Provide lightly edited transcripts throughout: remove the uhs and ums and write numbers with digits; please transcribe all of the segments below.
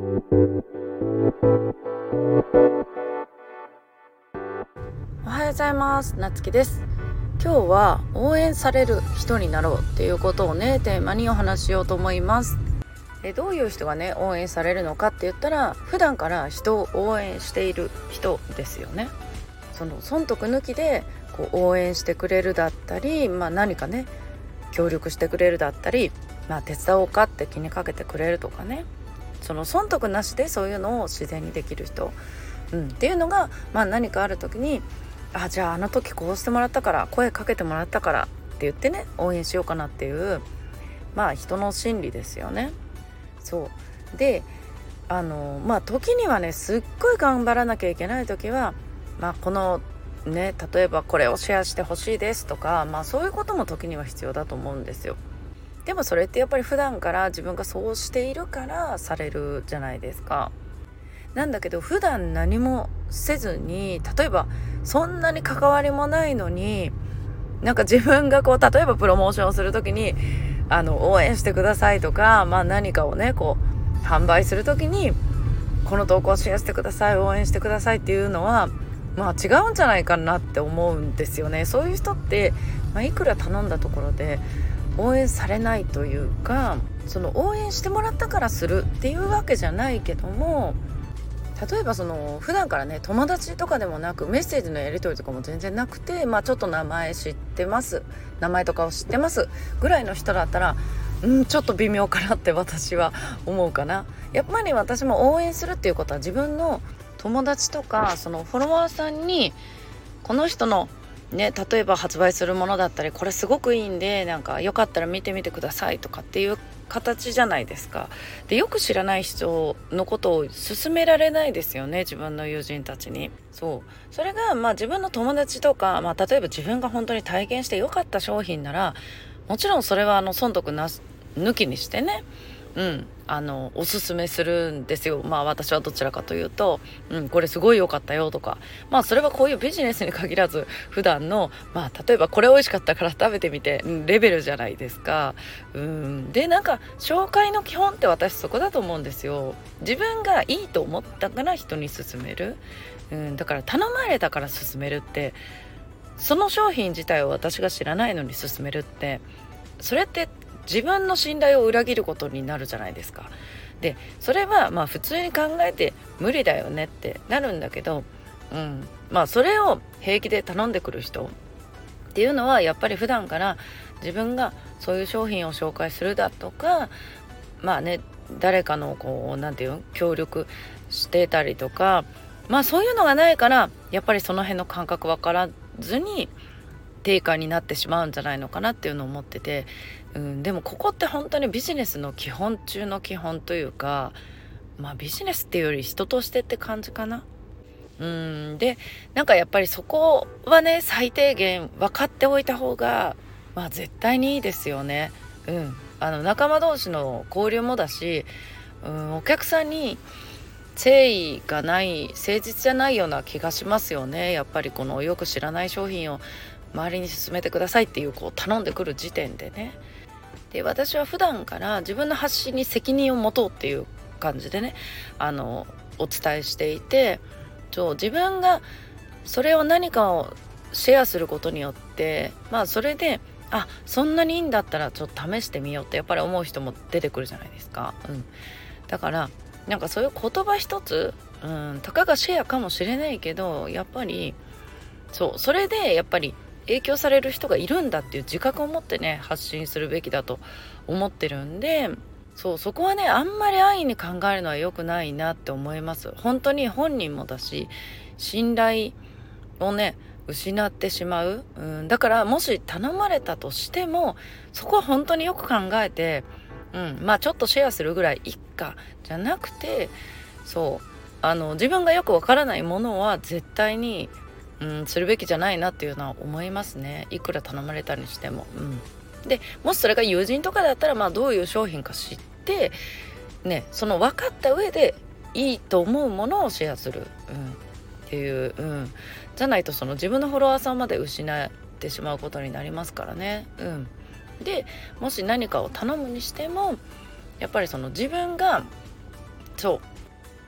おはようございます。なつきです。今日は応援される人になろうっていうことをねテーマにお話ししようと思います。どういう人がね応援されるのかって言ったら、普段から人を応援している人ですよね。その損得抜きでこう応援してくれるだったり、何かね協力してくれるだったり、手伝おうかって気にかけてくれるとかね、その損得なしでそういうのを自然にできる人、っていうのが、何かある時にじゃああの時こうしてもらったから声かけてもらったからって言ってね応援しようかなっていう、人の心理ですよね。そうで時にはねすっごい頑張らなきゃいけない時は、このね例えばこれをシェアしてほしいですとか、そういうことも時には必要だと思うんですよ。でもそれってやっぱり普段から自分がそうしているからされるじゃないですか。なんだけど普段何もせずに、例えばそんなに関わりもないのになんか自分がこう例えばプロモーションをするときに応援してくださいとか、何かをねこう販売するときにこの投稿をシェアしてください応援してくださいっていうのは違うんじゃないかなって思うんですよね。そういう人って、いくら頼んだところで応援されないというか、その応援してもらったからするっていうわけじゃないけども、例えばその普段からね友達とかでもなくメッセージのやり取りとかも全然なくて、ちょっと名前知ってます名前とかを知ってますぐらいの人だったらちょっと微妙かなって私は思うかな。やっぱり私も応援するっていうことは自分の友達とかそのフォロワーさんにこの人のね例えば発売するものだったりこれすごくいいんでなんかよかったら見てみてくださいとかっていう形じゃないですか。でよく知らない人のことを勧められないですよね、自分の友人たちに。それが自分の友達とか、例えば自分が本当に体験してよかった商品ならもちろんそれは損得なし抜きにしてねおすすめするんですよ。私はどちらかというと、これすごい良かったよとか、それはこういうビジネスに限らず普段の例えばこれ美味しかったから食べてみて、レベルじゃないですか。でなんか紹介の基本って私そこだと思うんですよ。自分がいいと思ったから人に勧める。だから頼まれたから勧めるって、その商品自体を私が知らないのに勧めるって、それって自分の信頼を裏切ることになるじゃないですか。でそれは普通に考えて無理だよねってなるんだけど、それを平気で頼んでくる人っていうのはやっぱり普段から自分がそういう商品を紹介するだとか誰かのこうなんていうの協力してたりとか、そういうのがないからやっぱりその辺の感覚分からずに定価になってしまうんじゃないのかなっていうのを思ってて、でもここって本当にビジネスの基本中の基本というか、ビジネスっていうより人としてって感じかな。でなんかやっぱりそこはね最低限分かっておいた方が絶対にいいですよね。仲間同士の交流もだし、お客さんに誠意がない誠実じゃないような気がしますよね。やっぱりこのよく知らない商品を周りに勧めてくださいっていうこう頼んでくる時点でね。で私は普段から自分の発信に責任を持とうっていう感じでねお伝えしていて、自分がそれを何かをシェアすることによってそれでそんなにいいんだったらちょっと試してみようってやっぱり思う人も出てくるじゃないですか。だからなんかそういう言葉一つ、たかがシェアかもしれないけどやっぱりそれでやっぱり影響される人がいるんだっていう自覚を持ってね発信するべきだと思ってるんで、そこはねあんまり安易に考えるのは良くないなって思います。本当に本人もだし信頼をね失ってしまう、だからもし頼まれたとしてもそこは本当によく考えて、ちょっとシェアするぐらいいっかじゃなくて、自分がよくわからないものは絶対にするべきじゃないなっていうのは思いますね。いくら頼まれたにしても。でもしそれが友人とかだったらどういう商品か知ってね、その分かった上でいいと思うものをシェアする、っていう、じゃないとその自分のフォロワーさんまで失ってしまうことになりますからね。でもし何かを頼むにしてもやっぱりその自分が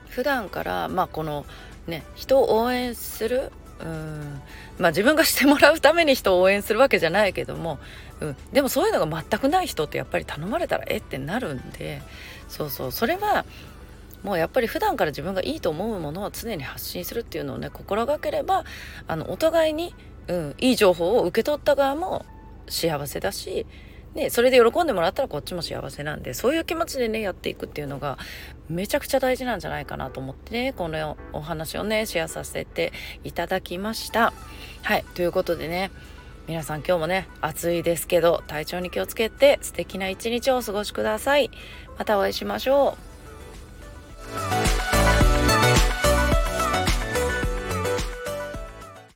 普段からこのね人を応援する、自分がしてもらうために人を応援するわけじゃないけども、でもそういうのが全くない人ってやっぱり頼まれたらってなるんで、それはもうやっぱり普段から自分がいいと思うものを常に発信するっていうのをね心がければ、お互いに、いい情報を受け取った側も幸せだし、それで喜んでもらったらこっちも幸せなんで、そういう気持ちでねやっていくっていうのがめちゃくちゃ大事なんじゃないかなと思ってね、このお話をねシェアさせていただきました。はい、ということでね、皆さん今日もね暑いですけど体調に気をつけて素敵な一日をお過ごしください。またお会いしましょう。